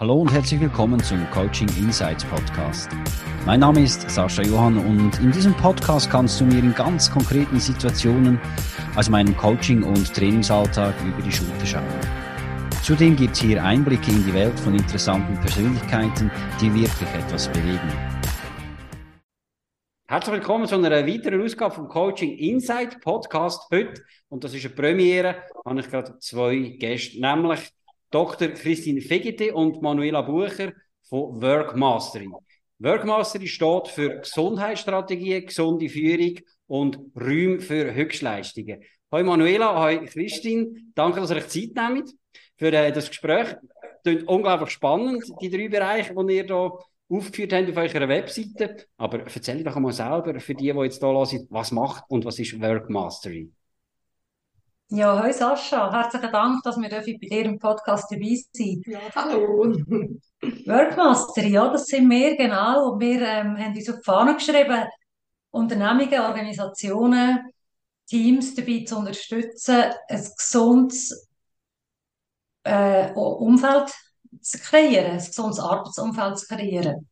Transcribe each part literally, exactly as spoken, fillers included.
Hallo und herzlich willkommen zum Coaching Insights Podcast. Mein Name ist Sascha Johann und in diesem Podcast kannst du mir in ganz konkreten Situationen aus meinem Coaching- und Trainingsalltag über die Schulter schauen. Zudem gibt es hier Einblicke in die Welt von interessanten Persönlichkeiten, die wirklich etwas bewegen. Herzlich willkommen zu einer weiteren Ausgabe vom Coaching Insights Podcast heute. Und das ist eine Premiere, habe ich gerade zwei Gäste, nämlich Doktor Christine Fegete und Manuela Bucher von Workmastery. Workmastery steht für Gesundheitsstrategie, gesunde Führung und Räume für Höchstleistungen. Hallo Manuela, hallo Christine, danke, dass ihr euch Zeit nehmt für äh, das Gespräch. Es ist unglaublich spannend, die drei Bereiche, die ihr hier aufgeführt habt auf eurer Webseite. Aber erzähl doch einmal selber, für die, die jetzt hier hören, was macht und was ist Workmastery? Ja, hallo Sascha, herzlichen Dank, dass wir bei dir im Podcast dabei sind. Ja, hallo. Workmaster, ja, das sind wir genau. Wir ähm, haben uns auf die Fahne geschrieben, Unternehmungen, Organisationen, Teams dabei zu unterstützen, ein gesundes äh, Umfeld zu kreieren, ein gesundes Arbeitsumfeld zu kreieren.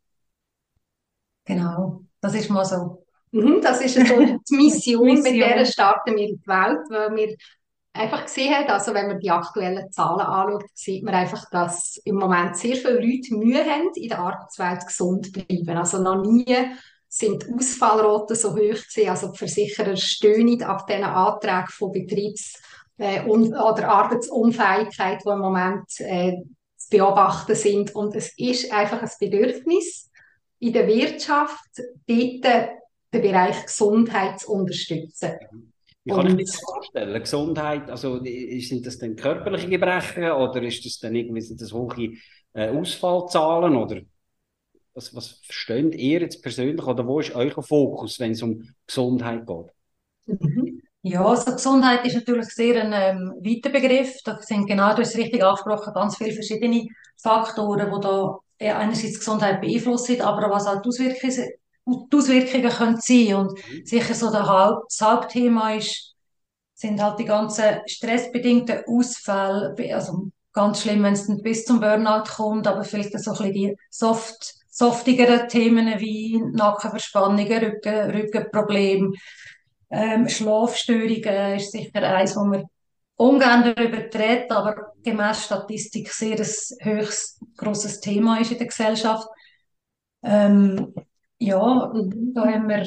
Genau, das ist mal so. Mhm, das ist so die Mission, Mission. mit der starten wir in die Welt, weil wir einfach gesehen haben, also wenn man die aktuellen Zahlen anschaut, sieht man einfach, dass im Moment sehr viele Leute Mühe haben, in der Arbeitswelt gesund zu bleiben. Also noch nie sind die Ausfallraten so hoch gewesen, also die Versicherer stöhnen ab diesen Anträgen von Betriebs- äh, und, oder Arbeitsunfähigkeit, die im Moment äh, zu beobachten sind. Und es ist einfach ein Bedürfnis in der Wirtschaft, dort den Bereich Gesundheit zu unterstützen. Wie kann ich mir das vorstellen? Gesundheit, also sind das dann körperliche Gebrechen oder ist das dann irgendwie sind das hohe äh, Ausfallzahlen oder was, was versteht ihr jetzt persönlich oder wo ist euer Fokus, wenn es um Gesundheit geht? Mhm. Ja, also Gesundheit ist natürlich sehr ein ähm, weiter Begriff. Da sind genau, du hast es richtig angesprochen, ganz viele verschiedene Faktoren, die da ja, einerseits die Gesundheit beeinflussen, aber was auch die Auswirkungen, die Auswirkungen können sein. Und Mhm. sicher so der Haupt, das Hauptthema ist, sind halt die ganzen stressbedingten Ausfälle, also ganz schlimm, wenn es dann bis zum Burnout kommt, aber vielleicht so ein bisschen die soft, softigeren Themen wie Nackenverspannungen, Rücken, Rückenprobleme, ähm, Schlafstörungen ist sicher eins, wo man ungern darüber redet, aber gemäss Statistik sehr ein höchst grosses Thema ist in der Gesellschaft. Ähm, ja, da haben wir.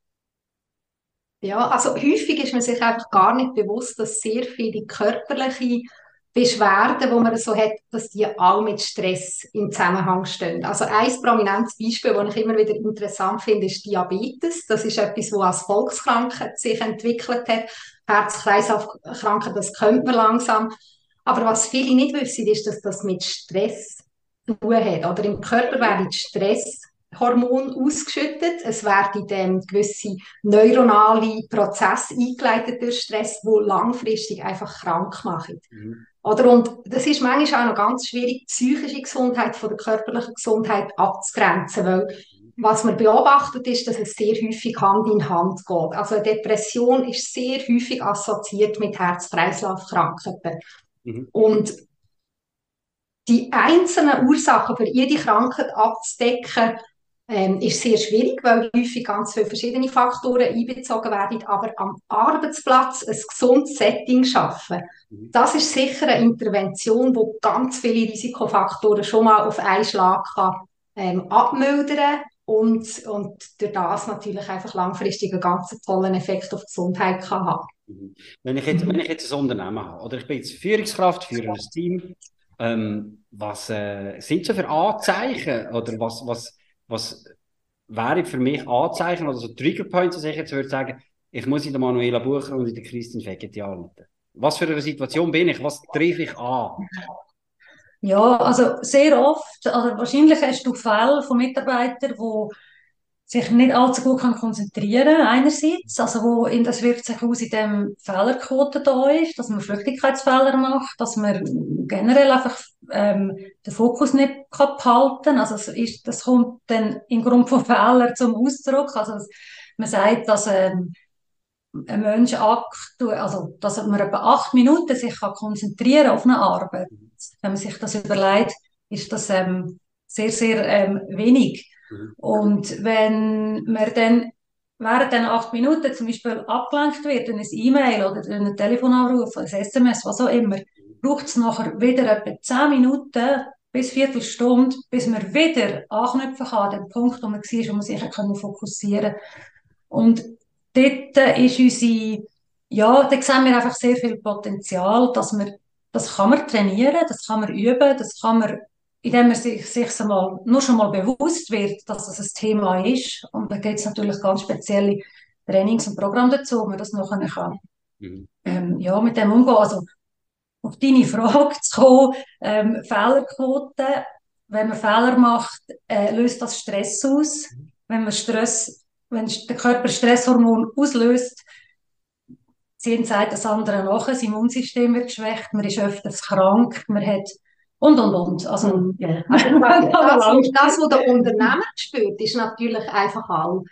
Ja, also häufig ist man sich einfach gar nicht bewusst, dass sehr viele körperliche Beschwerden, die man so hat, dass die auch mit Stress im Zusammenhang stehen. Also ein prominentes Beispiel, das ich immer wieder interessant finde, ist Diabetes. Das ist etwas, das als Volkskrankheit sich entwickelt hat. Herz-Kreislauf-Krankheit, das kennt man langsam. Aber was viele nicht wissen, ist, dass das mit Stress zu tun hat. Oder im Körper werden Stresshormone ausgeschüttet. Es werden dann gewisse neuronale Prozesse eingeleitet durch Stress, die langfristig einfach krank machen. Mhm. Oder? Und das ist manchmal auch noch ganz schwierig, die psychische Gesundheit von der körperlichen Gesundheit abzugrenzen, weil was man beobachtet ist, dass es sehr häufig Hand in Hand geht. Also eine Depression ist sehr häufig assoziiert mit Herz-Kreislauf-Krankheiten. Mhm. Und die einzelnen Ursachen für jede Krankheit abzudecken, ähm, ist sehr schwierig, weil häufig ganz viele verschiedene Faktoren einbezogen werden, aber am Arbeitsplatz ein gesundes Setting schaffen. Mhm. Das ist sicher eine Intervention, die ganz viele Risikofaktoren schon mal auf einen Schlag kann, ähm, abmildern und, und durch das natürlich einfach langfristig einen ganz tollen Effekt auf die Gesundheit kann haben. Mhm. Wenn ich jetzt, wenn ich jetzt ein Unternehmen habe oder ich bin jetzt Führungskraft, führe ein Team, ähm, was äh, sind so für Anzeichen oder was, was, was wäre für mich Anzeichen oder so Triggerpoints, dass ich jetzt würde sagen, ich muss in der Manuela Bucher und in der Christine Fegete anrufen. Was für eine Situation bin ich? Was treffe ich an? Ja, also sehr oft, also wahrscheinlich hast du Fälle von Mitarbeitern, die sich nicht allzu gut kann konzentrieren einerseits, also wo in das wirkt sich aus in dem Fehlerquote da ist, dass man Flüchtigkeitsfehler macht, dass man generell einfach ähm, den Fokus nicht kann behalten, also es ist, das kommt dann im Grund von Fehlern zum Ausdruck, also es, man sagt, dass ähm, ein Mensch aktuell, also dass man etwa acht Minuten sich kann konzentrieren auf eine Arbeit, wenn man sich das überlegt, ist das ähm, sehr, sehr ähm, wenig. Mhm. Und wenn man dann während den acht Minuten zum Beispiel abgelenkt wird, durch ein E-Mail oder durch einen Telefonanruf, ein S M S, was auch immer, braucht es nachher wieder etwa zehn Minuten bis eine Viertelstunde, bis man wieder anknüpfen kann, an den Punkt, wo man war, wo man sich fokussieren kann. Und dort ist unsere, ja, da sehen wir einfach sehr viel Potenzial, dass man, das kann man trainieren, das kann man üben, das kann man, indem man sich, sich einmal, nur schon mal bewusst wird, dass das ein Thema ist. Und da gibt es natürlich ganz spezielle Trainings und Programme dazu, wo man das noch kann, mhm. ähm, ja, mit dem umgehen. Also, auf deine Frage zu kommen, ähm, Fehlerquote, wenn man Fehler macht, äh, löst das Stress aus. Wenn man Stress, wenn der Körper Stresshormon auslöst, zehn Zeit das andere nach, das Immunsystem wird geschwächt, man ist öfters krank, man hat und und und. Also, ja. Also, das, das, was der Unternehmer spürt, ist natürlich einfach auch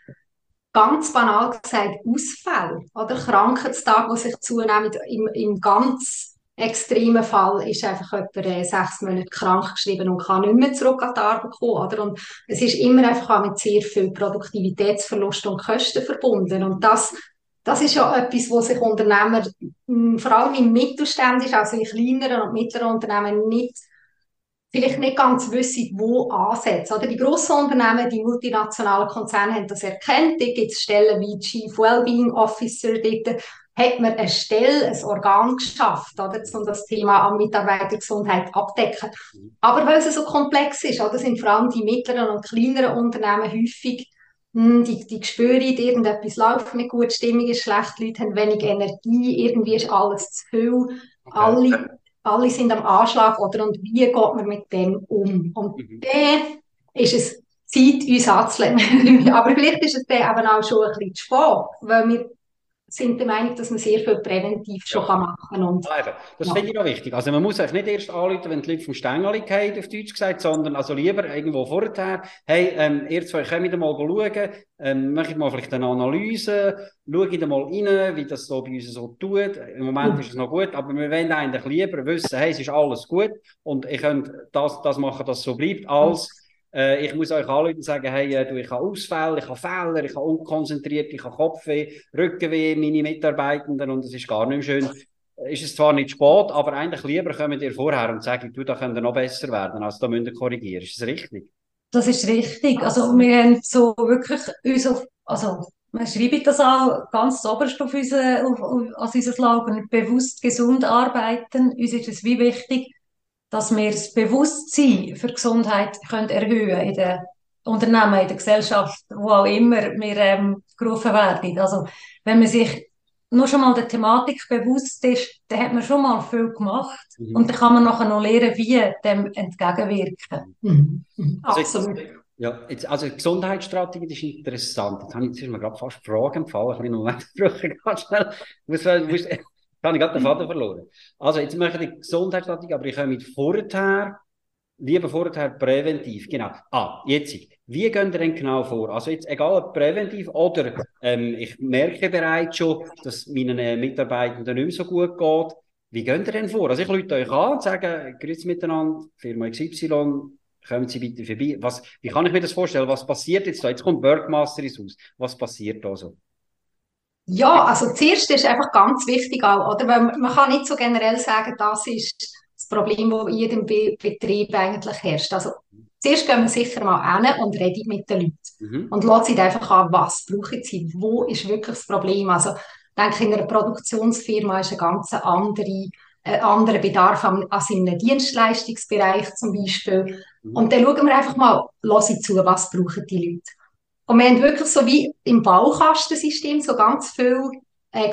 ganz banal gesagt Ausfälle oder Krankheitstage, die sich zunehmen. Im, im ganz extremen Fall ist einfach jemand äh, sechs Monate krank geschrieben und kann nicht mehr zurück an die Arbeit kommen. Oder? Und es ist immer einfach auch mit sehr viel Produktivitätsverlust und Kosten verbunden. Und das, das ist ja etwas, wo sich Unternehmer, mh, vor allem im Mittelständischen, also in kleineren und mittleren Unternehmen, nicht vielleicht nicht ganz wissen, wo ansetzen. Oder die grossen Unternehmen, die multinationalen Konzerne haben das erkannt. Da gibt es Stellen wie Chief Wellbeing Officer. Dort hat man eine Stelle, ein Organ geschafft, oder, um das Thema an Mitarbeitergesundheit abdecken. Aber weil es so komplex ist, oder, sind vor allem die mittleren und kleineren Unternehmen häufig, mh, die, die spüren, irgendetwas läuft nicht gut, die Stimmung ist schlecht, die Leute haben wenig Energie, irgendwie ist alles zu viel. Okay. Alle Alle sind am Anschlag, oder? Und wie geht man mit dem um? Und mhm. dann ist es Zeit, uns anzulernen. Aber vielleicht ist es dann eben auch schon ein bisschen zu spät, weil wir sind der Meinung, dass man sehr viel präventiv schon ja. machen kann. Und, ja, das ja. finde ich auch wichtig. Also man muss eigentlich nicht erst anrufen, wenn die Leute vom Stängeli fallen, auf Deutsch gesagt, sondern also lieber irgendwo vorher, hey, ähm, ihr zwei könnt mal schauen, ähm, macht mal vielleicht eine Analyse, schaut mal rein, wie das so bei uns so tut. Im Moment mhm. ist es noch gut, aber wir wollen eigentlich lieber wissen, hey, es ist alles gut und ihr könnt das, das machen, dass es so bleibt, als Äh, ich muss euch anrufen und sagen, hey, äh, du, ich habe Ausfälle, ich habe Fehler, ich habe unkonzentriert, ich habe Kopfweh, Rückenweh, meine Mitarbeitenden und es ist gar nicht schön. Ist es zwar nicht spät, aber eigentlich lieber kommen ihr vorher und sagen, du, da könnt ihr noch besser werden, also da müsst ihr korrigieren. Ist das richtig? Das ist richtig. Also wir haben so wirklich uns auf, also wir schreiben das auch ganz oberst auf unser, auf, auf, auf unser Slogan, bewusst gesund arbeiten. Uns ist es wie wichtig, dass wir das Bewusstsein für Gesundheit können erhöhen in den Unternehmen, in der Gesellschaft, wo auch immer wir ähm, gerufen werden. Also wenn man sich nur schon mal der Thematik bewusst ist, dann hat man schon mal viel gemacht mhm. und dann kann man nachher noch lernen, wie dem entgegenwirken. Mhm. Mhm. Also Absolut. Jetzt, ja, jetzt, also die Gesundheitsstrategie, das ist interessant. Jetzt habe ich, jetzt ist mir gerade fast Fragen empfallen. Ich bin Moment ganz schnell. Muss, muss, Jetzt habe ich gerade den Faden verloren. Also, jetzt mache ich die Gesundheitsstrategie, aber ich komme mit vorher, lieber vorher präventiv. Genau. Ah, jetzt. Wie gehen ihr denn genau vor? Also, jetzt, egal ob präventiv oder ähm, ich merke bereits schon, dass meinen äh, Mitarbeitenden nicht mehr so gut geht. Wie gehen ihr denn vor? Also, ich rufe euch an und sage, grüezi miteinander, Firma X Y, kommen Sie bitte vorbei. Was, wie kann ich mir das vorstellen? Was passiert jetzt da? Jetzt kommt Workmaster ins Haus. Was passiert da so? Ja, also zuerst ist einfach ganz wichtig auch, oder? Weil man kann nicht so generell sagen, das ist das Problem, das in jedem Be Betrieb eigentlich herrscht. Also zuerst gehen wir sicher mal hin und reden mit den Leuten. Mhm. Und lassen sie einfach an, was brauchen sie, wo ist wirklich das Problem. Also ich denke, in einer Produktionsfirma ist ein ganz andere, äh, anderer Bedarf als in einem Dienstleistungsbereich zum Beispiel. Mhm. Und dann schauen wir einfach mal, lassen sie zu, was brauchen die Leute. Und wir haben wirklich so wie im Baukastensystem so ganz viele äh,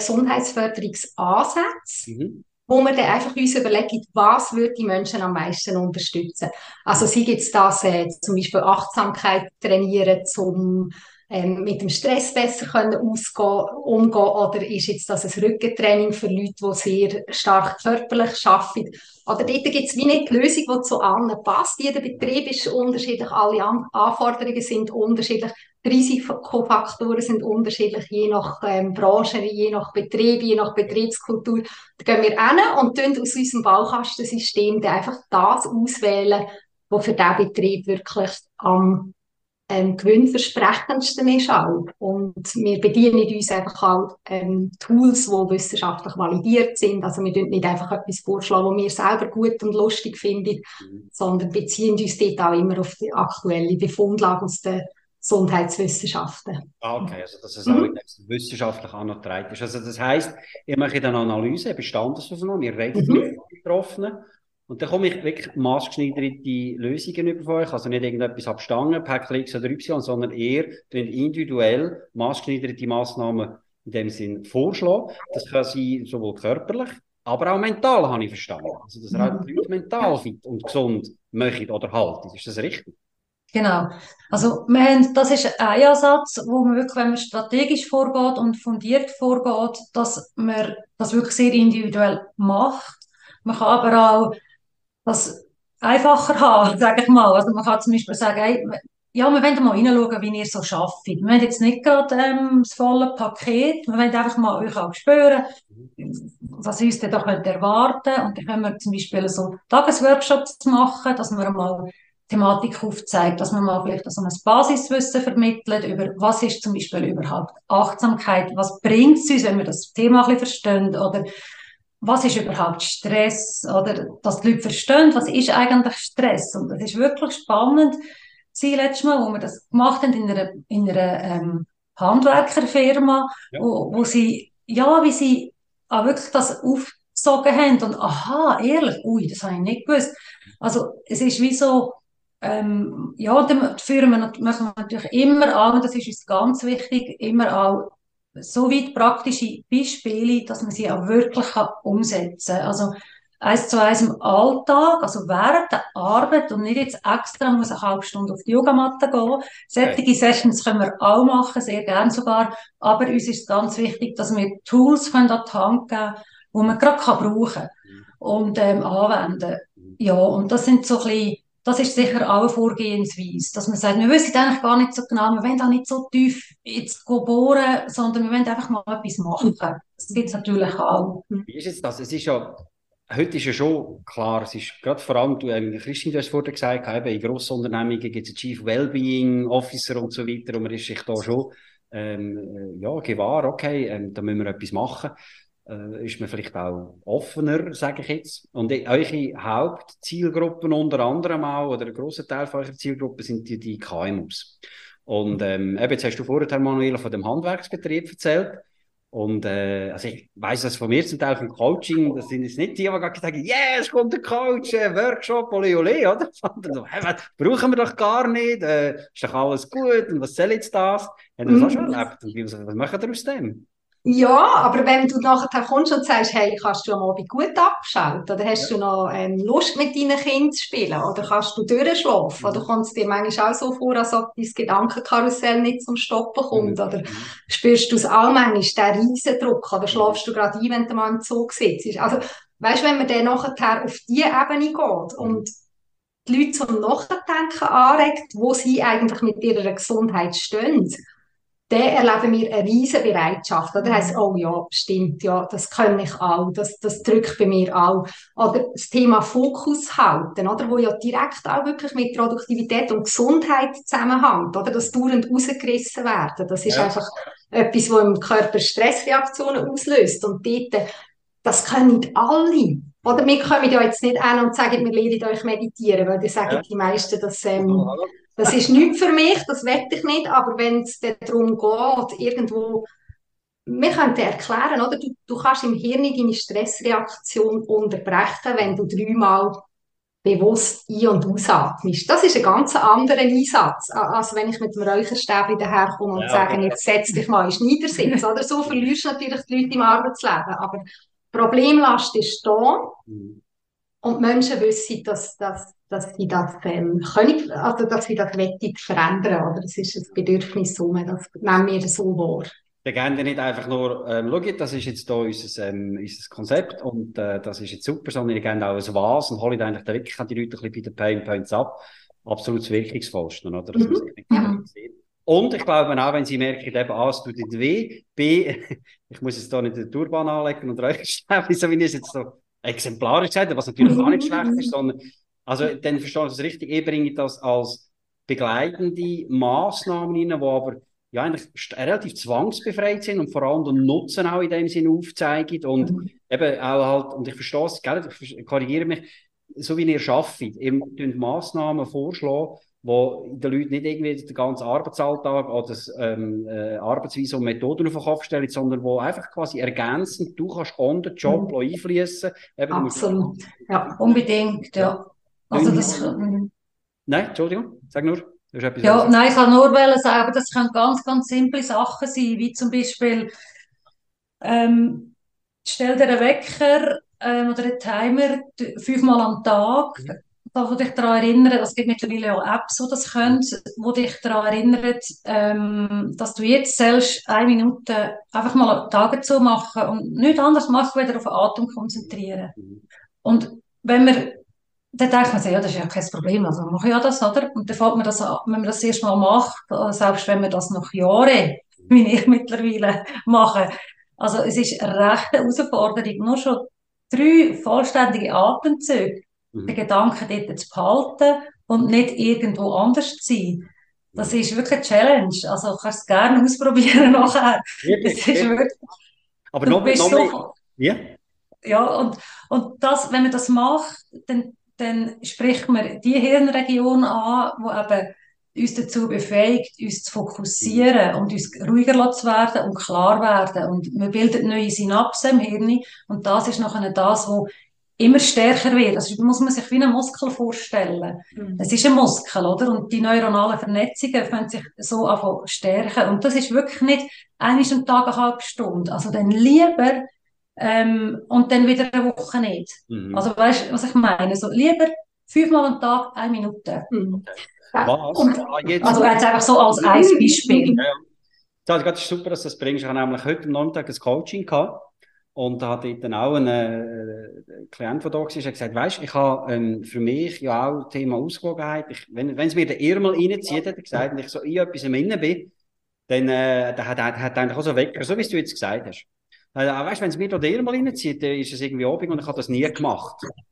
Gesundheitsförderungsansätze, mhm. wo wir dann einfach uns überlegen, was würde die Menschen am meisten unterstützen. Also sei jetzt das äh, zum Beispiel Achtsamkeit trainieren, um ähm, mit dem Stress besser können ausgehen, umgehen, oder ist jetzt das ein Rückentraining für Leute, die sehr stark körperlich arbeiten. Oder dort gibt es wie nicht die Lösung, die zu allen passt. Jeder Betrieb ist unterschiedlich, alle An Anforderungen sind unterschiedlich. Die Risikofaktoren sind unterschiedlich, je nach ähm, Branche, je nach Betrieb, je nach Betriebskultur. Da gehen wir hin und tun aus unserem Baukastensystem dann einfach das auswählen, wo für diesen Betrieb wirklich am ähm, gewinnversprechendsten ist auch. Und wir bedienen uns einfach auch ähm, Tools, die wissenschaftlich validiert sind. Also wir tun nicht einfach etwas vorschlagen, was wir selber gut und lustig finden, mhm. sondern beziehen uns dort auch immer auf die aktuelle Befundlage aus den Gesundheitswissenschaften. Ah, okay, also dass es auch mhm. wissenschaftlich angetragen ist. Also das heisst, ihr macht eine Analyse, eine Bestandesaufnahme, ihr redet mhm. mit den Betroffenen und dann komme ich wirklich maßgeschneiderte Lösungen über von euch, also nicht irgendetwas abstangen, Päckchen X oder Y, sondern eher individuell maßgeschneiderte Massnahmen in dem Sinn vorschlagen. Das kann sein sowohl körperlich, aber auch mental, habe ich verstanden. Also dass ihr auch die Leute mental fit und gesund möchtet oder haltet. Ist das richtig? Genau. Also, wir haben, das ist ein Ansatz, wo man wirklich, wenn man strategisch vorgeht und fundiert vorgeht, dass man das wirklich sehr individuell macht. Man kann aber auch das einfacher haben, sage ich mal. Also, man kann zum Beispiel sagen, hey, ja, wir wollen mal reinschauen, wie ihr so arbeitet. Wir wollen jetzt nicht gerade ähm, das volle Paket, wir wollen einfach mal euch auch spüren, was uns denn da könnte erwarten. Und dann können wir zum Beispiel so Tagesworkshops machen, dass wir mal Thematik aufzeigt, dass man mal vielleicht so ein Basiswissen vermittelt über, was ist zum Beispiel überhaupt Achtsamkeit, was bringt es uns, wenn wir das Thema ein bisschen verstehen, oder was ist überhaupt Stress, oder dass die Leute verstehen, was ist eigentlich Stress. Und das ist wirklich spannend. Sie letztes Mal, wo wir das gemacht haben in einer, in einer ähm, Handwerkerfirma, ja. wo, wo sie, ja, wie sie auch wirklich das aufgesogen haben und aha, ehrlich, ui, das habe ich nicht gewusst. Also es ist wie so, Ähm, ja, dann führen wir, machen wir natürlich immer an, das ist uns ganz wichtig, immer auch so weit praktische Beispiele, dass man sie auch wirklich kann umsetzen kann. Also eins zu eins im Alltag, also während der Arbeit und nicht jetzt extra muss eine halbe Stunde auf die Yogamatte gehen. Solche okay. Sessions können wir auch machen, sehr gern sogar, aber uns ist ganz wichtig, dass wir Tools können an die Hand geben, die man gerade kann brauchen und ähm, anwenden. Ja, und das sind so ein bisschen Das ist sicher auch eine Vorgehensweise, dass man sagt, wir wissen eigentlich gar nicht so genau, wir wollen da nicht so tief jetzt bohren, sondern wir wollen einfach mal etwas machen. Das gibt es natürlich auch. Wie ist jetzt das? Es ist ja, heute ist ja schon klar, es ist gerade vor allem, du, ähm, Christine, du hast vorhin gesagt, eben in Grossunternehmungen gibt es einen Chief Wellbeing Officer und so weiter, und man ist sich da schon ähm, ja, gewahr, okay, ähm, da müssen wir etwas machen. Äh, ist man vielleicht auch offener, sage ich jetzt. Und eure Hauptzielgruppen unter anderem auch, oder ein grosser Teil von eurer Zielgruppe sind die, die K M Us. Und ähm, eben, jetzt hast du vorher, Manuela, von dem Handwerksbetrieb erzählt. Und äh, also ich weiss das von mir zum Teil vom Coaching, das sind jetzt nicht die, die gerade sagen, yeah, es kommt ein Coach, äh, Workshop, ole ole, oder? Sondern so, hey, was brauchen wir doch gar nicht, äh, ist doch alles gut, und was soll jetzt das? Haben wir das auch schon erlebt? Und was, was machen wir aus dem? Ja, aber wenn du nachher kommst und sagst, hey, kannst du am Abend gut abschalten? Oder hast ja. du noch ähm, Lust, mit deinen Kindern zu spielen? Oder kannst du durchschlafen? Mhm. Oder kommt es dir manchmal auch so vor, als ob dein Gedankenkarussell nicht zum Stoppen kommt? Mhm. Oder spürst du es auch manchmal, den Riesendruck? Oder schlafst du gerade ein, wenn du mal im Zug sitzt? Also, weißt du, wenn man dann nachher auf diese Ebene geht und die Leute zum Nachdenken anregt, wo sie eigentlich mit ihrer Gesundheit stehen, dann erleben wir eine riesige Bereitschaft. Oder heisst, oh ja, stimmt, ja, das kann ich auch, das, das drückt bei mir auch. Oder das Thema Fokus halten, oder, wo ja direkt auch wirklich mit Produktivität und Gesundheit zusammenhängt, oder, das dauernd rausgerissen werden. Das ist ja. einfach etwas, was im Körper Stressreaktionen auslöst. Und dort, das können nicht alle. Oder wir kommen ja jetzt nicht an und sagen, wir lernen euch meditieren, weil die sagen ja. die meisten, dass, ähm, das ist nichts für mich, das will ich nicht, aber wenn es darum geht, irgendwo, wir können dir erklären, oder? Du, du kannst im Hirn deine Stressreaktion unterbrechen, wenn du dreimal bewusst ein- und ausatmest. Das ist ein ganz anderer Einsatz, als wenn ich mit dem Räucherstäbchen daherkomme und ja, sage, okay. jetzt setz dich mal in Schneidersitz. Oder so verlierst du natürlich die Leute im Arbeitsleben, aber die Problemlast ist da. Mhm. Und Menschen wissen, dass, dass, dass sie das ähm, können, also dass sie das wollen verändern. Oder? Das ist ein Bedürfnis, das nehmen wir so wahr. Wir gehen nicht einfach nur, ähm, schau, das ist jetzt hier unser, ähm, unser Konzept und äh, das ist jetzt super, sondern wir gehen auch ein Was und holen eigentlich da wirklich die Leute ein bisschen bei den Pain Points ab. Absolut das Wirkungsvollste, oder? Das muss ich ja. sehen. Und ich glaube auch, wenn Sie merken, eben A, es tut nicht weh, B, ich muss jetzt hier nicht den Turban anlegen und Räucherstäbchen, so wie ich es jetzt so exemplarisch gesagt habe, was natürlich auch nicht schlecht ist, sondern Also dann verstehe ich das richtig, ich bringe das als begleitende Massnahmen rein, die aber ja, eigentlich relativ zwangsbefreit sind und vor allem den Nutzen auch in dem Sinne aufzeigen und mhm. eben auch halt, und ich verstehe es, gell, ich korrigiere mich, so wie ihr arbeitet, eben Massnahmen vorschlagen, wo den Leuten nicht irgendwie den ganzen Arbeitsalltag oder das, ähm, äh, Arbeitsweise und Methoden auf den Kopf stellen, sondern wo einfach quasi ergänzend, du kannst on den Job mhm. einfließen. Absolut, ja, unbedingt, ja. ja. Also das... Nein, Entschuldigung, sag nur. Ja, nein, ich kann nur sagen, aber das können ganz, ganz simple Sachen sein, wie zum Beispiel, ähm, stell dir einen Wecker ähm, oder einen Timer fünfmal am Tag, da dich daran erinnern, es gibt mittlerweile auch Apps, die das können, die dich daran erinnern, ähm, dass du jetzt selbst eine Minute einfach mal einen Tag dazu machen und nichts anderes machen, wieder auf den Atem konzentrieren. Und wenn wir dann denkt man sich, ja, das ist ja kein Problem, also mache ich ja das, oder? Und dann fällt man das an, wenn man das erst mal macht, selbst wenn man das nach Jahren, wie ich mittlerweile mache, also es ist eine rechte Herausforderung, nur schon drei vollständige Atemzüge, mhm. den Gedanken dort zu behalten und nicht irgendwo anders zu sein. Das ist wirklich eine Challenge, also du kannst es gerne ausprobieren nachher. Wirklich, das ist wirklich, aber noch, noch so, mehr, ja? Ja, und, und das, wenn man das macht, dann dann spricht man die Hirnregion an, die eben uns dazu befähigt, uns zu fokussieren und uns ruhiger zu werden und klar werden. Und man bildet neue Synapsen im Hirn und das ist nachher das, was immer stärker wird. Also muss man sich wie einen Muskel vorstellen. Mhm. Es ist ein Muskel, oder? Und die neuronalen Vernetzungen können sich so anfangen stärken. Und das ist wirklich nicht einmal am Tag eine halbe Stunde. Also dann lieber Ähm, und dann wieder eine Woche nicht. Mhm. Also weißt du, was ich meine? So, lieber fünfmal am Tag, eine Minute. Mhm. Ja. Was? Und, also jetzt einfach so als ein Beispiel. Ja, ja. Das ist super, dass du das bringst. Ich habe nämlich heute am Nachmittag ein Coaching gehabt und da hat dann auch ein äh, Klient, der da war, hat gesagt, weißt, ich habe ähm, für mich ja auch Thema Ausgewogenheit. Ich, wenn, wenn es mir den Ärmel reinzieht, hat er gesagt, wenn ich so in etwas im Innen bin, dann äh, da hat er eigentlich auch so Wecker, so wie du jetzt gesagt hast. Also, weißt, wenn es mir da der mal reinzieht, dann ist es irgendwie Abend und ich habe das nie gemacht.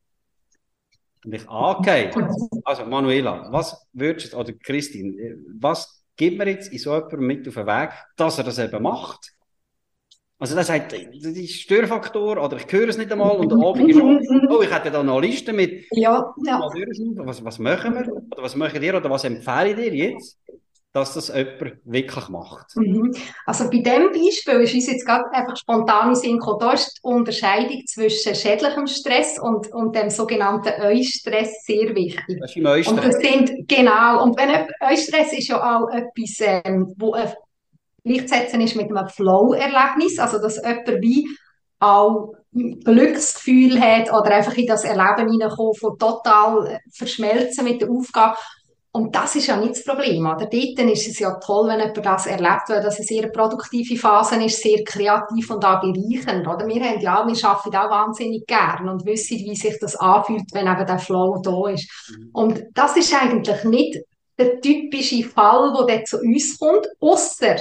Und ich, okay. Also, Manuela, was würdest du, oder Christine, was gibt mir jetzt in so jemandem mit auf den Weg, dass er das eben macht? Also, das sagt, das ist Störfaktor, oder ich höre es nicht einmal und der Abend ist schon, oh, ich hätte da noch eine Liste mit, ja, ja. Was, was machen wir, oder was machen ihr, oder was empfehle ich dir jetzt? Dass das jemand wirklich macht. Mhm. Also bei diesem Beispiel ist uns jetzt gerade einfach spontan in den Sinn gekommen, da ist die Unterscheidung zwischen schädlichem Stress und, und dem sogenannten Eustress sehr wichtig. Das ist im Eustress. Und das sind, genau, und wenn Eustress ist ja auch etwas, ähm, wo ein gleichzusetzen ist mit einem Flow-Erlebnis, also dass jemand wie auch Glücksgefühl hat oder einfach in das Erleben hineinkommt, von total verschmelzen mit der Aufgabe. Und das ist ja nicht das Problem. Oder? Dort ist es ja toll, wenn jemand das erlebt, weil das eine sehr produktive Phase ist, sehr kreativ und auch bereichernd. Oder? Wir haben ja, wir arbeiten auch wahnsinnig gern und wissen, wie sich das anfühlt, wenn eben der Flow da ist. Mhm. Und das ist eigentlich nicht der typische Fall, der dort zu uns kommt, ausser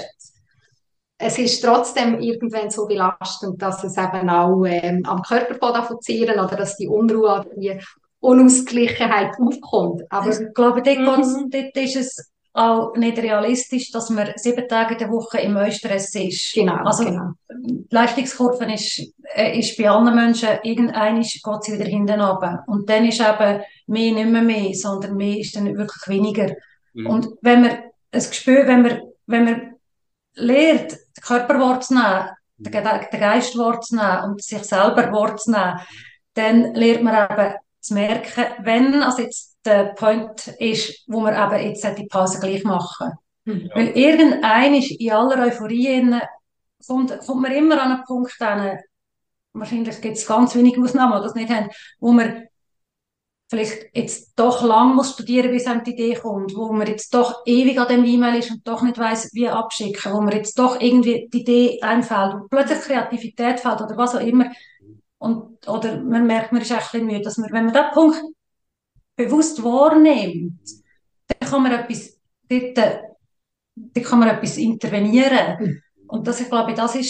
es ist trotzdem irgendwann so belastend, dass es eben auch ähm, am Körper provozieren oder dass die Unruhe oder die Unausgleichheit aufkommt. Aber ich glaube, dort, mhm. dort ist es auch nicht realistisch, dass man sieben Tage in der Woche im Eustress ist. Genau, also genau. Die Leistungskurve ist, äh, ist bei allen Menschen, irgendwann geht sie wieder hinten runter. Und dann ist eben mehr nicht mehr mehr, sondern mehr ist dann wirklich weniger. Mhm. Und wenn man ein Gespür, wenn man, wenn man lernt, den Körper wahrzunehmen, den, den Geist wahrzunehmen und sich selber wahrzunehmen, dann lernt man eben zu merken, wenn also jetzt der Point ist, wo man eben jetzt die Pause gleich machen. Mhm. Weil irgendein ist in aller Euphorie kommt, kommt man immer an einen Punkt hin, wahrscheinlich gibt es ganz wenige Ausnahmen, die das nicht haben, wo man vielleicht jetzt doch lang muss studieren, bis einem die Idee kommt, wo man jetzt doch ewig an dem E-Mail ist und doch nicht weiss, wie abschicken, wo man jetzt doch irgendwie die Idee einfällt und plötzlich Kreativität fällt oder was auch immer. Und, oder man merkt, man ist echt ein bisschen müde, dass man, wenn man diesen Punkt bewusst wahrnimmt, dann kann man etwas, dort, dort kann man etwas intervenieren. Und das, ich glaube, das ist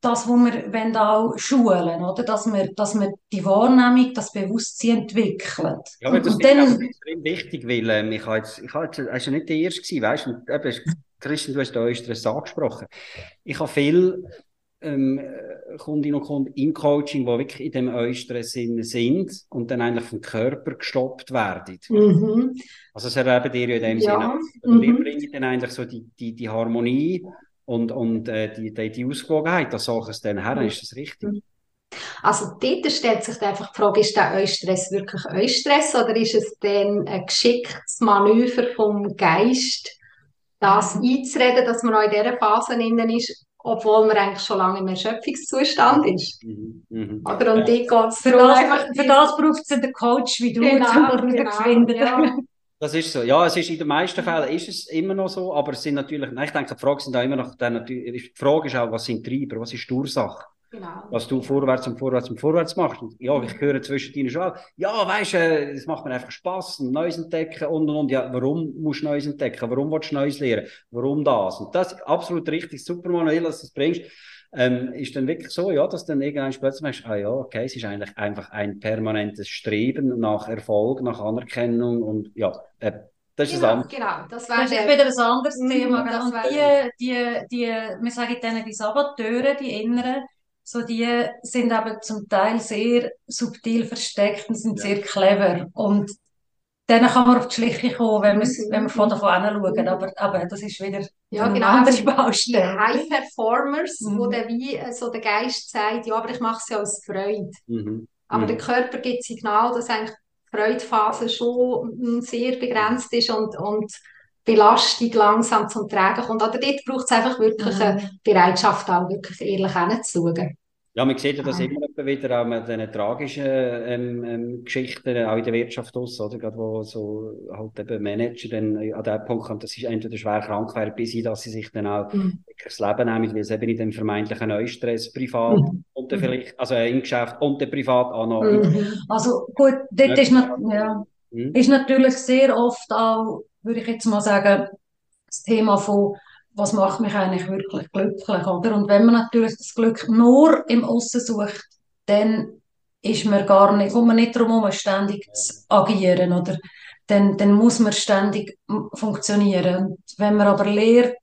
das, was wir wollen auch schulen, oder? Dass wir, dass wir die Wahrnehmung, das Bewusstsein entwickeln. Ja, aber Und, das und finde ich auch dann, extrem wichtig, weil ähm, ich habe jetzt, ich habe jetzt, er ist ja nicht der Erste gewesen, weißt du, und eben, Christian, du hast den Eustress angesprochen. Ich habe viel ähm, Kundinnen und Kunden im Coaching, die wirklich in dem Eustress sind und dann eigentlich vom Körper gestoppt werden. Mhm. Also das erleben ihr ja in dem Ja. Sinne. Und ihr Mhm. bringt dann eigentlich so die, die, die Harmonie und, und äh, die, die, die Ausgewogenheit, das Sachen es dann her, ist das richtig? Also dort stellt sich einfach die Frage, ist der Eustress wirklich Eustress oder ist es dann ein geschicktes Manöver vom Geist, das einzureden, dass man auch in dieser Phase drin ist, obwohl man eigentlich schon lange im Erschöpfungszustand ist. Mhm. Mhm. Oder? Und Ja. dort geht es für darum, das, einfach für das braucht es einen Coach wie du, Genau, um genau, zu finden. ja. Das ist so. Ja, es ist in den meisten Fällen ist es immer noch so, aber es sind natürlich, nein, ich denke, die Frage sind auch immer noch, dann natürlich, die Frage ist auch, was sind die Treiber, was ist die Ursache? Genau. Was du vorwärts und vorwärts und vorwärts machst. Und ja, ich höre zwischendrin schon auch, ja, weisst du, es macht mir einfach Spass, Neues entdecken und und und. Ja, warum musst du Neues entdecken? Warum willst du Neues lernen? Warum das? Und das ist absolut richtig, super, Manuel, dass du das bringst. Ähm, ist dann wirklich so, ja, dass dann irgendwann plötzlich merkst, ah ja, okay, es ist eigentlich einfach ein permanentes Streben nach Erfolg, nach Anerkennung und ja, äh, das ist das Genau, andere. genau. Das Das wäre ist jetzt der. wieder ein anderes Mhm, Thema. das Und wäre- die, die, die, wir sagen denen die Saboteure, die Inneren, so die sind aber zum Teil sehr subtil versteckt und sind Ja. sehr clever. Und denen kann man auf die Schliche kommen, wenn, Mhm. wenn wir von davon hinschauen. Aber, aber das ist wieder Ja, eine genau. andere Die Baustelle. High Performers, Mhm. wo dann wie äh, so der Geist sagt, ja, aber ich mache es ja aus Freude. Mhm. Aber Mhm. der Körper gibt Signal, dass eigentlich die Freudephase schon mm, sehr begrenzt ist und, und die Belastung langsam zum Tragen kommt. Oder dort braucht es einfach wirklich eine Mhm. Bereitschaft, auch wirklich ehrlich hinzuschauen. Ja, man sieht ja das Ah. immer wieder auch mit diesen tragischen ähm, ähm, Geschichten, auch in der Wirtschaft aus, oder? Gerade wo so halt eben Manager dann an den Punkt kommen, dass sie entweder schwer krank werden, bis hin, dass sie sich dann auch Mhm. das Leben nehmen, weil es eben in dem vermeintlichen Neustress privat Mhm. und dann vielleicht, also im Geschäft und dann privat auch noch. Mhm. Also gut, dort ist, nat ja, Mhm. ist natürlich sehr oft auch, würde ich jetzt mal sagen, das Thema von, was macht mich eigentlich wirklich glücklich, oder? Und wenn man natürlich das Glück nur im Aussen sucht, dann ist man gar nicht, kommt man nicht darum herum, ständig zu agieren, oder? Dann, dann muss man ständig m- funktionieren. Und wenn man aber lernt,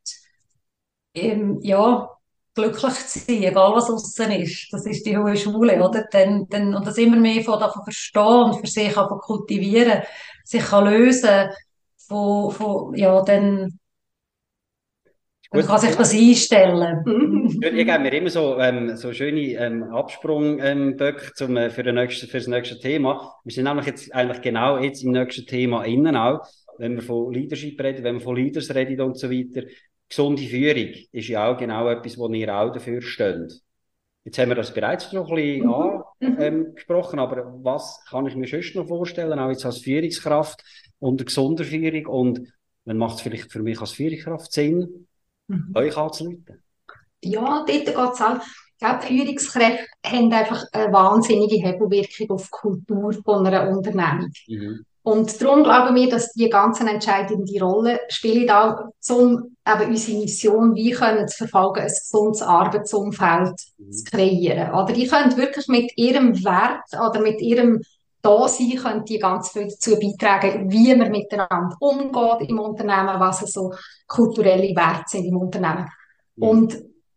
ähm, ja, glücklich zu sein, egal was außen ist, das ist die hohe Schule, oder? Dann, dann, und das immer mehr von davon verstehen und für sich auch kultivieren, sich kann lösen, von, von, ja, dann, dann Gut, kann sich das einstellen. Mhm. ihr gebt mir immer so, ähm, so schöne ähm, Absprungböcke ähm, Böcke zum, äh, für, den nächsten, für das nächste Thema. Wir sind nämlich jetzt eigentlich genau jetzt im nächsten Thema innen auch, wenn wir von Leadership reden, wenn wir von Leaders reden und so weiter. Gesunde Führung ist ja auch genau etwas, wo ihr auch dafür steht. Jetzt haben wir das bereits noch ein bisschen Mhm. angesprochen, aber was kann ich mir sonst noch vorstellen, auch jetzt als Führungskraft unter gesunder Führung und dann macht es vielleicht für mich als Führungskraft Sinn, Mhm. euch anzuleiten? Ja, dort geht es auch. Ich glaube, Führungskräfte haben einfach eine wahnsinnige Hebelwirkung auf die Kultur von einer Unternehmung. Mhm. Und darum glauben wir, dass die ganz eine entscheidende Rolle spielen, auch um eben unsere Mission, wie können zu verfolgen, ein gesundes Arbeitsumfeld Mhm. zu kreieren. Oder die können wirklich mit ihrem Wert oder mit ihrem Dasein können die ganz viel dazu beitragen, wie man miteinander umgeht im Unternehmen, was so kulturelle Werte sind im Unternehmen. Mhm. Und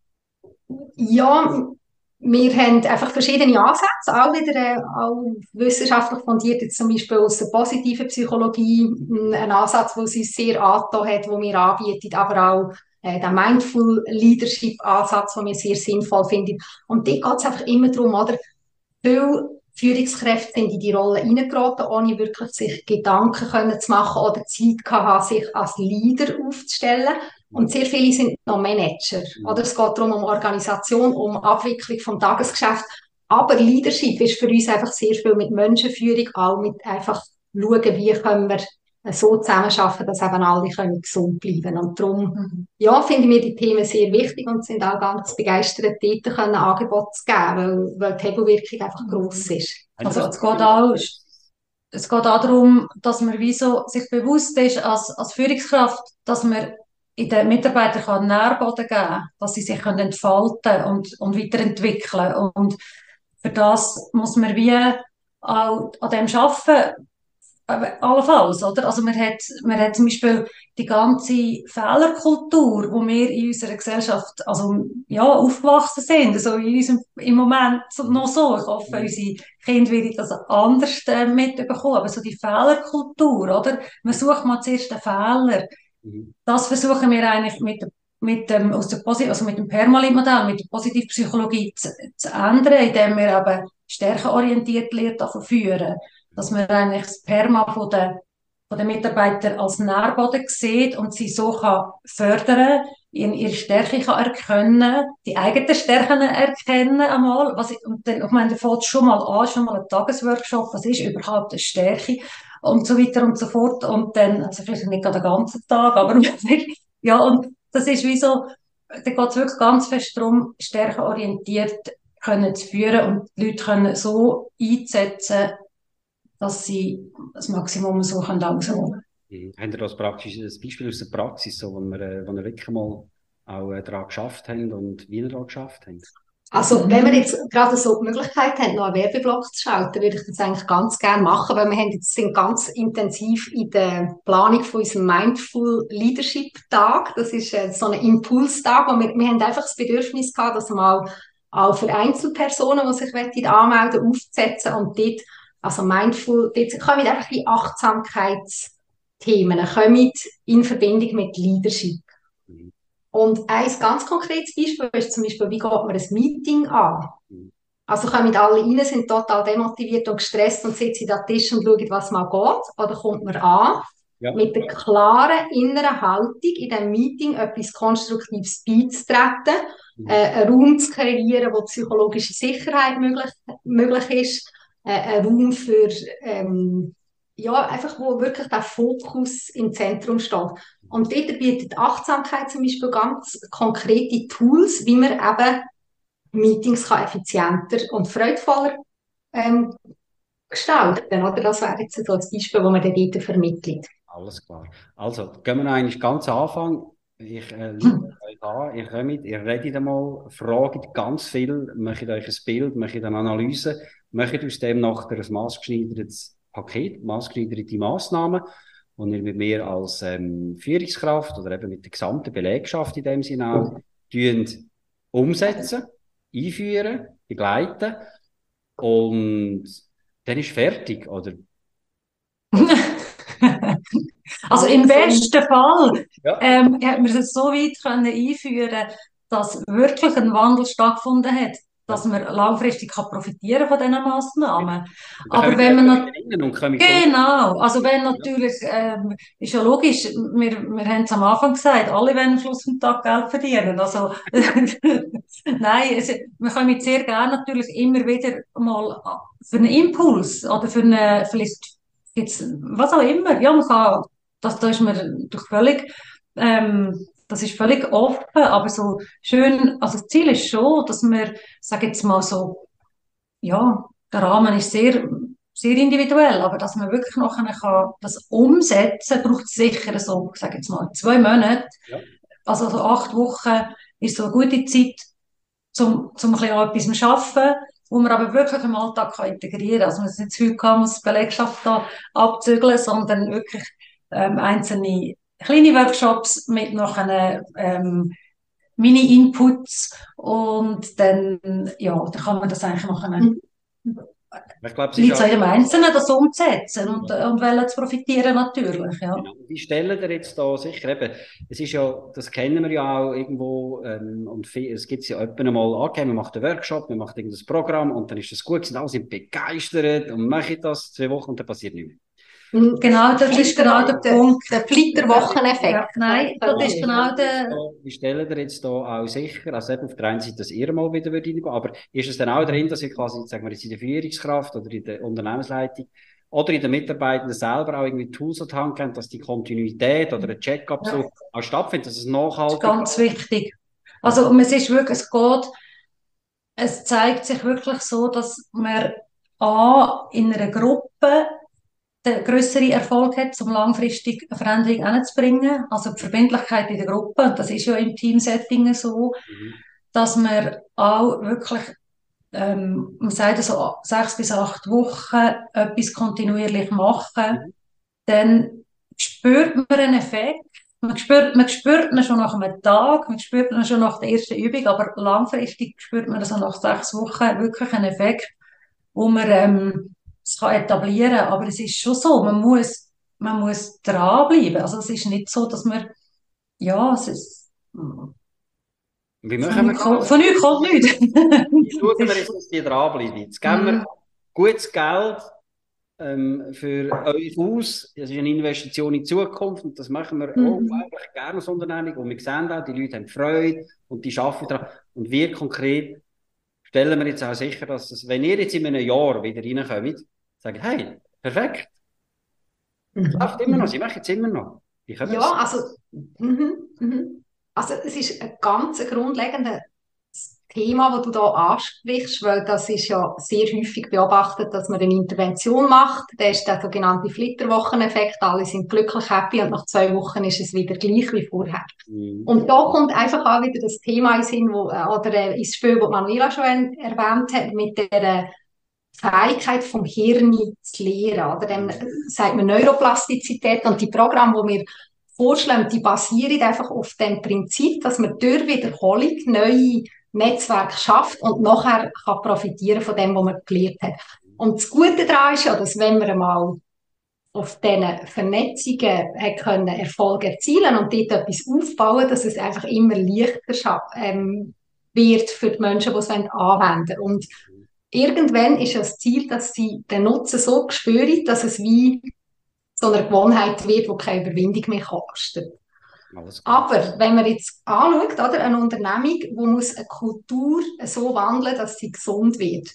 ja, wir haben einfach verschiedene Ansätze, auch wieder äh, auch wissenschaftlich fundiert, jetzt zum Beispiel aus der positiven Psychologie, mh, ein Ansatz, der uns sehr angetan hat, den wir anbieten, aber auch äh, der Mindful Leadership Ansatz, den wir sehr sinnvoll finden. Und dort geht es einfach immer darum, oder? Viele Führungskräfte sind in die Rolle reingeraten, ohne wirklich sich Gedanken können zu machen oder Zeit zu haben, sich als Leader aufzustellen. Und sehr viele sind noch Manager. Oder es geht darum, um Organisation, um Abwicklung vom Tagesgeschäft. Aber Leadership ist für uns einfach sehr viel mit Menschenführung, auch mit einfach schauen, wie können wir so zusammenarbeiten, dass eben alle können gesund bleiben. Und darum, ja, finden wir die Themen sehr wichtig und sind auch ganz begeistert, dort können Angebote zu geben, weil, weil die Hebelwirkung einfach gross ist. Also es geht auch, es geht auch darum, dass man wie so sich bewusst ist als, als Führungskraft, dass man in den Mitarbeitern kann Nährboden geben, dass sie sich können entfalten und, und weiterentwickeln. Und für das muss man wie auch an dem arbeiten, äh, allenfalls, oder? Also man hat, man hat zum Beispiel die ganze Fehlerkultur, wo wir in unserer Gesellschaft also, ja, aufgewachsen sind, also in unserem, im Moment so- noch so. Ich hoffe, unsere Kinder werden das anders äh, mitbekommen, aber so die Fehlerkultur, oder? Man sucht mal zuerst den Fehler. Mhm. Das versuchen wir eigentlich mit, mit dem, aus der Posi also mit dem Permalit-Modell, mit der Positivpsychologie zu, zu ändern, indem wir eben stärkenorientiert Lehre davon führen. Dass man eigentlich das Perma von den, von den Mitarbeitern als Nährboden sieht und sie so kann fördern, in ihre Stärke kann erkennen, die eigenen Stärken erkennen einmal. Was ich, und dann, ich meine, da fängt schon mal an, schon mal ein Tagesworkshop, was ist überhaupt eine Stärke? Und so weiter und so fort. Und dann, also vielleicht nicht gerade den ganzen Tag, aber ja, und das ist wie so, da geht es wirklich ganz fest darum, stärkenorientiert können zu führen und die Leute können so einsetzen, dass sie das Maximum so können rausholen. Mhm. Habt ihr das praktisch, ein Beispiel aus der Praxis, so, wo wir, äh, wo wir wirklich mal auch äh, daran geschafft haben und wie ihr daran geschafft habt? Also, wenn wir jetzt gerade so die Möglichkeit haben, noch einen Werbeblock zu schalten, würde ich das eigentlich ganz gerne machen, weil wir haben jetzt, sind ganz intensiv in der Planung von unserem Mindful Leadership Tag. Das ist äh, so ein Impulstag, wo wir, wir haben einfach das Bedürfnis gehabt, dass mal auch für Einzelpersonen, die sich wollen, anmelden, aufzusetzen und dort, also Mindful, dort kommen einfach die Achtsamkeitsthemen, kommen in Verbindung mit Leadership. Mhm. Und ein ganz konkretes Beispiel ist zum Beispiel, wie geht man ein Meeting an? Mhm. Also kommen alle rein, sind total demotiviert und gestresst und sitzen an den Tisch und schauen, was mal geht. Oder kommt man an Ja. mit der klaren inneren Haltung, in diesem Meeting etwas Konstruktives beizutreten, Mhm. äh, einen Raum zu kreieren, wo psychologische Sicherheit möglich, möglich ist, äh, einen Raum für, ähm, ja, einfach wo wirklich der Fokus im Zentrum steht. Und dort bietet Achtsamkeit zum Beispiel ganz konkrete Tools, wie man eben Meetings kann effizienter und freudvoller ähm, gestalten. Oder? Das wäre jetzt so das Beispiel, das man dann dort vermittelt. Alles klar. Also, gehen wir noch eigentlich ganz am Anfang. Ich äh, lade euch an, ihr kommt, ihr redet einmal, fragt ganz viel, macht euch ein Bild, macht eine Analyse, macht aus dem nachher ein maßgeschneidertes Paket, maßgeschneiderte Massnahmen, und ihr mit mir als ähm, Führungskraft oder eben mit der gesamten Belegschaft in dem Sinne auch tun, umsetzen, einführen, begleiten, und dann ist fertig, oder? Also im besten Fall Ja. ähm, hat man es so weit können einführen, dass wirklich ein Wandel stattgefunden hat, dass man langfristig kann profitieren von diesen Massnahmen. Da Aber kommen wenn man wir noch, rein und kommen genau, also wenn natürlich, ähm, ist ja logisch, wir, wir haben es am Anfang gesagt, alle wollen am Schluss vom Tag Geld verdienen. Also, nein, es, wir können sehr gerne natürlich immer wieder mal für einen Impuls oder für eine, vielleicht gibt's, was auch immer, ja, man kann, das, da ist man doch völlig, ähm, das ist völlig offen, aber so schön, also das Ziel ist schon, dass wir, sag jetzt mal so, ja, der Rahmen ist sehr, sehr individuell, aber dass man wirklich nachher kann das umsetzen, braucht es sicher so, ich sage jetzt mal, zwei Monate. Ja. Also so acht Wochen ist so eine gute Zeit, zum, zum ein bisschen an etwas zu arbeiten, wo man aber wirklich im Alltag kann integrieren kann. Also man muss nicht zu viel kann, muss die Belegschaft da abzügeln, sondern wirklich ähm, einzelne kleine Workshops mit noch einer ähm, Mini-Inputs, und dann, ja, dann kann man das eigentlich noch eine, Ich glaube, es ist liegt es auch, an jedem Einzelnen, das umzusetzen und, und wollen zu profitieren natürlich, ja. genau. Die stellen dir jetzt da sicher eben, es ist ja, das kennen wir ja auch irgendwo, ähm, und viel, es gibt ja öppen mal, okay, man macht einen Workshop, man macht irgendein Programm und dann ist das gut gewesen, alle sind begeistert und machen das zwei Wochen und dann passiert nichts mehr. Genau, das ist genau der Punkt. Der Flitterwocheneffekt. Ja, nein, das ist genau der, Wie stellen ihr jetzt da auch sicher, also eben auf der einen Seite, dass ihr mal wieder reingehen, aber ist es dann auch drin, dass ihr quasi, sagen wir jetzt in der Führungskraft oder in der Unternehmensleitung oder in den Mitarbeitenden selber auch irgendwie Tools an die Hand haben, dass die Kontinuität oder ein Check-up ja, so auch stattfindet, dass es ist nachhaltig ganz wichtig. Also, es ist wirklich, es geht, es zeigt sich wirklich so, dass man A, in einer Gruppe den grösseren Erfolg hat, um langfristig eine Veränderung hinzubringen. Also die Verbindlichkeit in der Gruppe, und das ist ja im Teamsetting so, Mhm. dass wir auch wirklich, ähm, man sagt so sechs bis acht Wochen etwas kontinuierlich machen, Mhm. dann spürt man einen Effekt. Man spürt, man spürt ihn schon nach einem Tag, man spürt ihn schon nach der ersten Übung, aber langfristig spürt man so nach sechs Wochen wirklich einen Effekt, wo man ähm, es kann etablieren kann. Aber es ist schon so, man muss, man muss dranbleiben. Also es ist nicht so, dass man, ja, es ist von Wie machen wir nichts kommt das? von nichts kommt nichts. Wie schauen wir Es jetzt, ist, dass die dranbleiben? Jetzt geben wir mm, gutes Geld ähm, für euch aus. Das ist eine Investition in die Zukunft und das machen wir mhm. unglaublich gerne als Unternehmung. Und wir sehen auch, die Leute haben Freude und die arbeiten daran. Und wir konkret stellen wir jetzt auch sicher, dass das, wenn ihr jetzt in einem Jahr wieder reinkommt, sagt, hey, perfekt, es läuft Mhm. immer noch, Mhm. sie machen es immer noch. Wie können wir Ja, das? also, mhm, mhm. Also es ist ein ganz grundlegendes Thema, das du da ansprichst, weil das ist ja sehr häufig beobachtet, dass man eine Intervention macht. Da ist der sogenannte Flitterwocheneffekt, alle sind glücklich, happy und nach zwei Wochen ist es wieder gleich wie vorher. Mhm. Und da kommt einfach auch wieder das Thema ins Sinn, wo, äh, oder äh, ins Spiel, das Manuela schon en- erwähnt hat, mit der Fähigkeit vom Hirn zu lernen. Oder dann äh, sagt man Neuroplastizität und die Programme, die wir vorschlagen, die basieren einfach auf dem Prinzip, dass man durch Wiederholung neue Netzwerke schafft und nachher kann profitieren von dem, was man gelernt hat. Und das Gute daran ist ja, dass wenn wir einmal auf diesen Vernetzungen hat können Erfolge erzielen und dort etwas aufbauen, dass es einfach immer leichter scha- ähm, wird für die Menschen, die es anwenden wollen. Und irgendwann ist ja das Ziel, dass sie den Nutzen so spüren, dass es wie so eine Gewohnheit wird, die keine Überwindung mehr kostet. Alles klar. Aber wenn man jetzt anschaut, oder, eine Unternehmung, die muss eine Kultur so wandeln, dass sie gesund wird,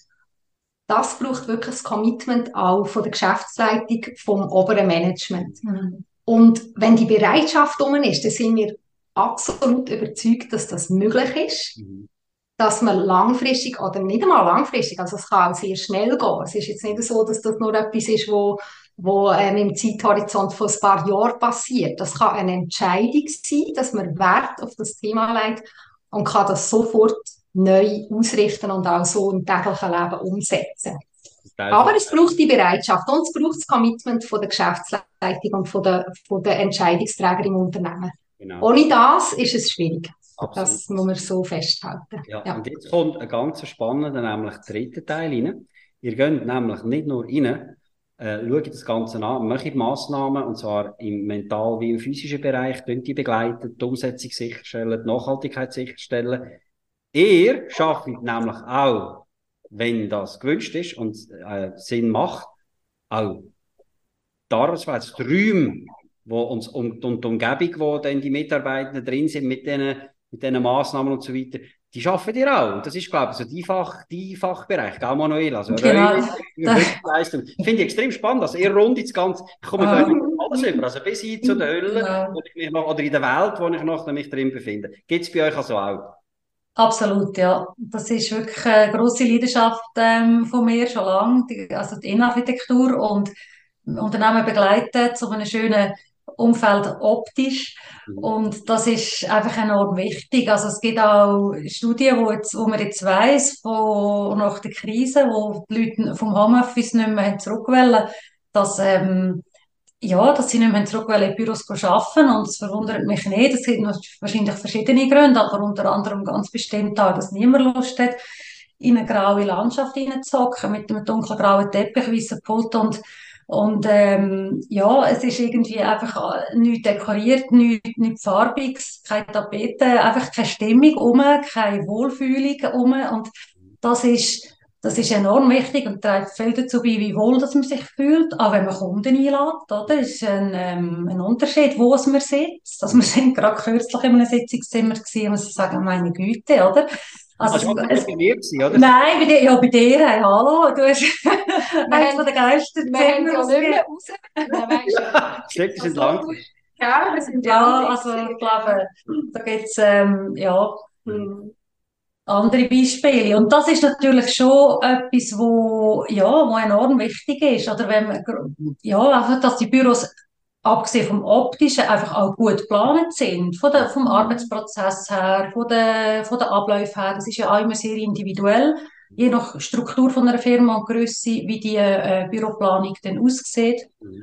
das braucht wirklich das Commitment auch von der Geschäftsleitung, vom oberen Management. Mhm. Und wenn die Bereitschaft um ist, dann sind wir absolut überzeugt, dass das möglich ist, Mhm. dass man langfristig oder nicht einmal langfristig, also es kann auch sehr schnell gehen. Es ist jetzt nicht so, dass das nur etwas ist, wo, wo ähm, im Zeithorizont von ein paar Jahren passiert. Das kann eine Entscheidung sein, dass man Wert auf das Thema legt und kann das sofort neu ausrichten und auch so im täglichen Leben umsetzen. Teil von Aber es braucht die Bereitschaft und es braucht das Commitment von der Geschäftsleitung und von der, von der Entscheidungsträger im Unternehmen. genau, Ohne das ist es schwierig. absolut. Das muss man so festhalten. Ja, Ja. und jetzt kommt ein ganz spannender, nämlich der dritte Teil rein. Ihr geht nämlich nicht nur rein, äh, schaut das Ganze an, macht Massnahmen, und zwar im mental- wie im physischen Bereich, könnt ihr begleiten, die Umsetzung sicherstellen, die Nachhaltigkeit sicherstellen. Ihr schafft nämlich auch, wenn das gewünscht ist und äh, Sinn macht, auch die Arbeitsweise, die Räume, wo uns um, um die Umgebung, wo dann die Mitarbeitenden drin sind mit diesen mit diesen Massnahmen und so weiter, die schaffen ihr auch. Und das ist, glaube ich, so die, Fach, die Fachbereich, gell, Manuel? Also Genau. Räume, Überbrückungsleistung. Finde ich extrem spannend. Also ihr rundet das Ganze, ich komme Ah. wirklich alles über. Also bis hin zu der Hölle, Genau. wo ich mich noch, oder in der Welt, wo ich noch mich drin befinde. Gibt es bei euch also auch? Absolut, ja. Das ist wirklich eine grosse Leidenschaft ähm, von mir schon lange, die, also die Innenarchitektur und Unternehmen begleiten zu einem schönen Umfeld optisch. Mhm. Und das ist einfach enorm wichtig. Also es gibt auch Studien, wo, jetzt, wo man jetzt weiss, wo nach der Krise, wo die Leute vom Homeoffice nicht mehr zurück wollen, dass ähm, ja, dass sie nicht mehr zurück in die Büros arbeiten. Und das verwundert mich nicht. Es gibt noch wahrscheinlich verschiedene Gründe, aber unter anderem ganz bestimmt auch, dass niemand Lust hat, in eine graue Landschaft hineinzuhocken, mit einem dunkelgrauen Teppich, weißen Pult und und ähm, ja, es ist irgendwie einfach nichts dekoriert, nichts, nichts Farbiges, keine Tapete, einfach keine Stimmung um, keine Wohlfühlung um. Und das ist das ist enorm wichtig und trägt viel dazu bei, wie wohl dass man sich fühlt, auch wenn man Kunden einlädt, oder? Das ist ein, ähm, ein Unterschied, wo es man sitzt. Also wir sind gerade kürzlich in einem Sitzungszimmer gewesen und muss sagen, meine Güte, oder? Also, Also, das war es, bei mir, gewesen, oder? nein, bei dir, ja, bei dir, hey, hallo, du hast Wir eins haben, von den wir haben Geisterzimmer ja nicht ausgegeben. mehr raus. Dann weisst du, Ja, stimmt, die sind also, lang. du, ja, wir sind ja Ja, alle also gewesen. ich glaube, da gibt's ähm, ja, Hm. andere Beispiele. Und das ist natürlich schon etwas, wo, ja, wo enorm wichtig ist. Oder wenn man, ja, einfach, dass die Büros, abgesehen vom Optischen, einfach auch gut geplant sind. Von der, vom Arbeitsprozess her, von der, von der Abläufe her. Das ist ja auch immer sehr individuell. Je nach Struktur von einer Firma und Grösse, wie die äh, Büroplanung dann aussieht.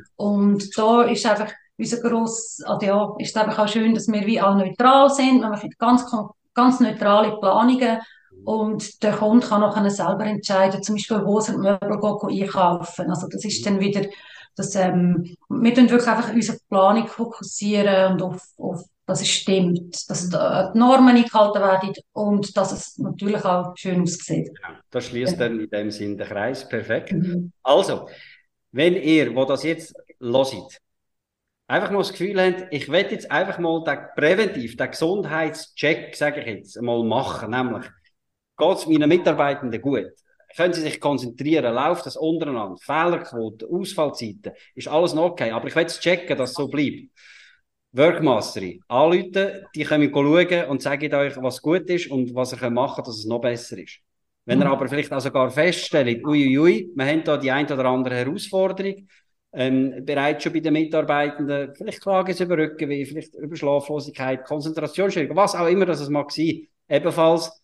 Und da ist einfach unser gross, also ja, ist einfach auch schön, dass wir wie auch neutral sind. Wir machen ganz, ganz neutrale Planungen. Und der Kunde kann nachher selber entscheiden, zum Beispiel, wo er die Möbel geht, einkaufen. Also das ist dann wieder, das, ähm, wir tun wirklich einfach unsere Planung fokussieren und auf, auf dass es stimmt, dass die Normen eingehalten werden und dass es natürlich auch schön aussieht. Genau. Das schließt dann in dem Sinn den Kreis. Perfekt. Mhm. Also, wenn ihr, wo das jetzt hört, einfach mal das Gefühl habt, ich will jetzt einfach mal den präventiv, den Gesundheitscheck, sage ich jetzt, mal machen. Nämlich, geht es meinen Mitarbeitenden gut? Können sie sich konzentrieren? Läuft das untereinander? Fehlerquote, Ausfallzeiten, ist alles noch okay. Aber ich will jetzt checken, dass es so bleibt. Workmastery, anrufen, die können schauen und sagen euch, was gut ist und was ihr machen könnt, dass es noch besser ist. Wenn ihr aber vielleicht auch sogar feststellt, uiuiui, wir haben da die ein oder andere Herausforderung, ähm, bereits schon bei den Mitarbeitenden, vielleicht Klagen über Rückenweh, vielleicht über Schlaflosigkeit, Konzentrationsstörungen, was auch immer das es mag sein, ebenfalls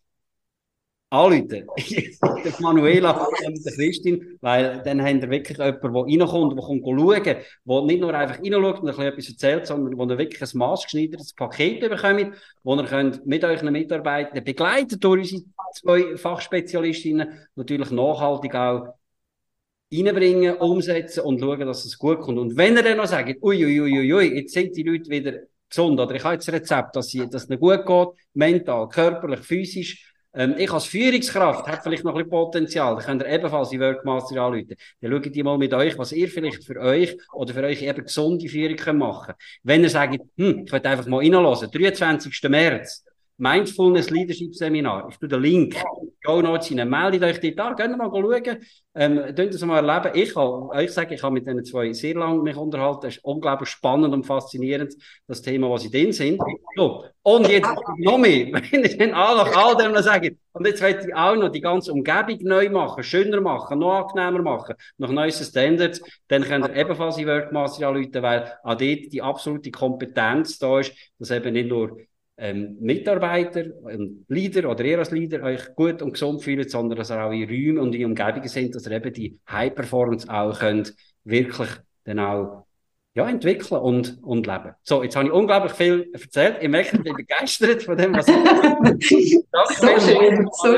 anrufen. Der Manuela und der Christine, weil dann haben wir wirklich jemanden, der reinkommt, der kommt schauen, der nicht nur einfach reinschaut und ein bisschen etwas erzählt, sondern wo ihr wirklich ein maßgeschneidertes Paket bekommt, wo ihr könnt mit euren Mitarbeitern begleitet durch unsere zwei Fachspezialistinnen natürlich nachhaltig auch reinbringen, umsetzen und schauen, dass es gut kommt. Und wenn ihr dann noch sagt, uiuiuiui, ui, jetzt sind die Leute wieder gesund, oder ich habe jetzt ein Rezept, dass, sie, dass es ihnen gut geht, mental, körperlich, physisch. Ähm, ich als Führungskraft habe vielleicht noch ein bisschen Potenzial. Da könnt ihr ebenfalls die Workmaster anrufen. Dann schaut die mal mit euch, was ihr vielleicht für euch oder für euch eben gesunde Führung könnt machen. Wenn ihr sagt, hm, ich will einfach mal reinhören, dreiundzwanzigsten März, Mindfulness Leadership Seminar. Ich tue den Link. Go Notes rein. Meldet euch dort an. Geht mal schauen. Ähm, könnt es mal erleben. Ich kann euch sagen, ich habe mit diesen zwei sehr lange mich unterhalten. Es ist unglaublich spannend und faszinierend, das Thema, was sie drin sind. So. Und jetzt noch mehr. Wenn ich dann all nach all dem sage, und jetzt möchte ich auch noch die ganze Umgebung neu machen, schöner machen, noch angenehmer machen, nach neuesten Standards, dann könnt ihr ebenfalls die Workmaster anrufen, weil auch dort die absolute Kompetenz da ist, dass eben nicht nur Ähm, Mitarbeiter und Leader oder ihr als Leader euch gut und gesund fühlt, sondern dass ihr auch in Räumen und in Umgebungen sind, dass ihr eben die High Performance auch könnt wirklich dann auch ja, entwickeln und, und leben. So, jetzt habe ich unglaublich viel erzählt. Ich merke, ich bin begeistert von dem, was ich so schön, so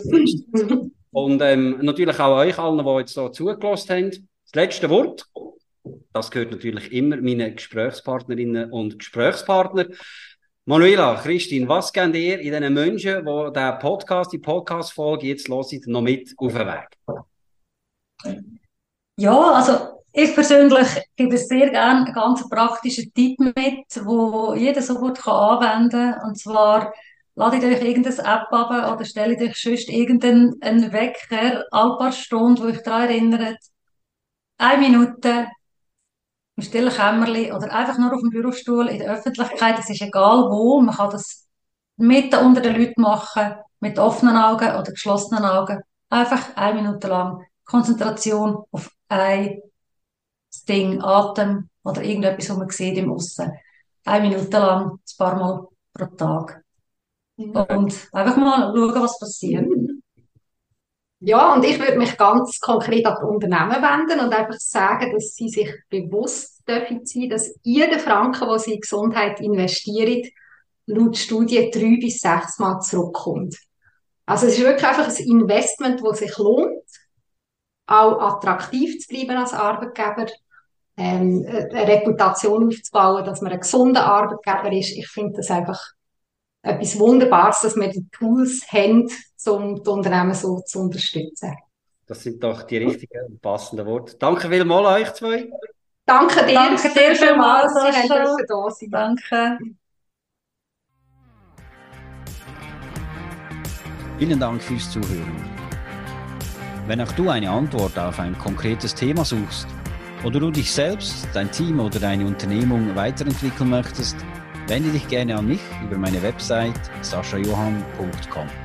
schön. Und ähm, natürlich auch euch allen, die jetzt so zugelassen haben. Das letzte Wort, das gehört natürlich immer meinen Gesprächspartnerinnen und Gesprächspartnern. Manuela, Christine, was gebt ihr in den Menschen, die den Podcast, die Podcast-Folge jetzt hören, noch mit auf den Weg? Ja, also ich persönlich gebe sehr gerne einen ganz praktischen Tipp mit, wo jeder sofort anwenden kann. Und zwar, ladet euch irgendeine App ab oder stellt euch sonst irgendeinen Wecker, ein paar Stunden, wo euch daran erinnert, eine Minute im stillen Kämmerli oder einfach nur auf dem Bürostuhl in der Öffentlichkeit, es ist egal wo, man kann das mitten unter den Leuten machen, mit offenen Augen oder geschlossenen Augen. Einfach eine Minute lang Konzentration auf ein Ding, Atem oder irgendetwas, was man sieht im Aussen. Eine Minute lang, ein paar Mal pro Tag. Und einfach mal schauen, was passiert. Ja, und ich würde mich ganz konkret an die Unternehmen wenden und einfach sagen, dass sie sich bewusst dürfen sein, dass jeder Franken, den sie in Gesundheit investieren, laut Studie drei bis sechs Mal zurückkommt. Also es ist wirklich einfach ein Investment, das sich lohnt, auch attraktiv zu bleiben als Arbeitgeber, ähm, eine Reputation aufzubauen, dass man ein gesunder Arbeitgeber ist. Ich finde das einfach etwas Wunderbares, dass wir die Tools haben, um die Unternehmen so zu unterstützen. Das sind doch die richtigen und passenden Worte. Danke vielmals euch zwei. Danke dir. Danke dir vielmals, dass Sie Sascha. da sein. Danke. Vielen Dank fürs Zuhören. Wenn auch du eine Antwort auf ein konkretes Thema suchst oder du dich selbst, dein Team oder deine Unternehmung weiterentwickeln möchtest, wende dich gerne an mich über meine Website sascha johann punkt com.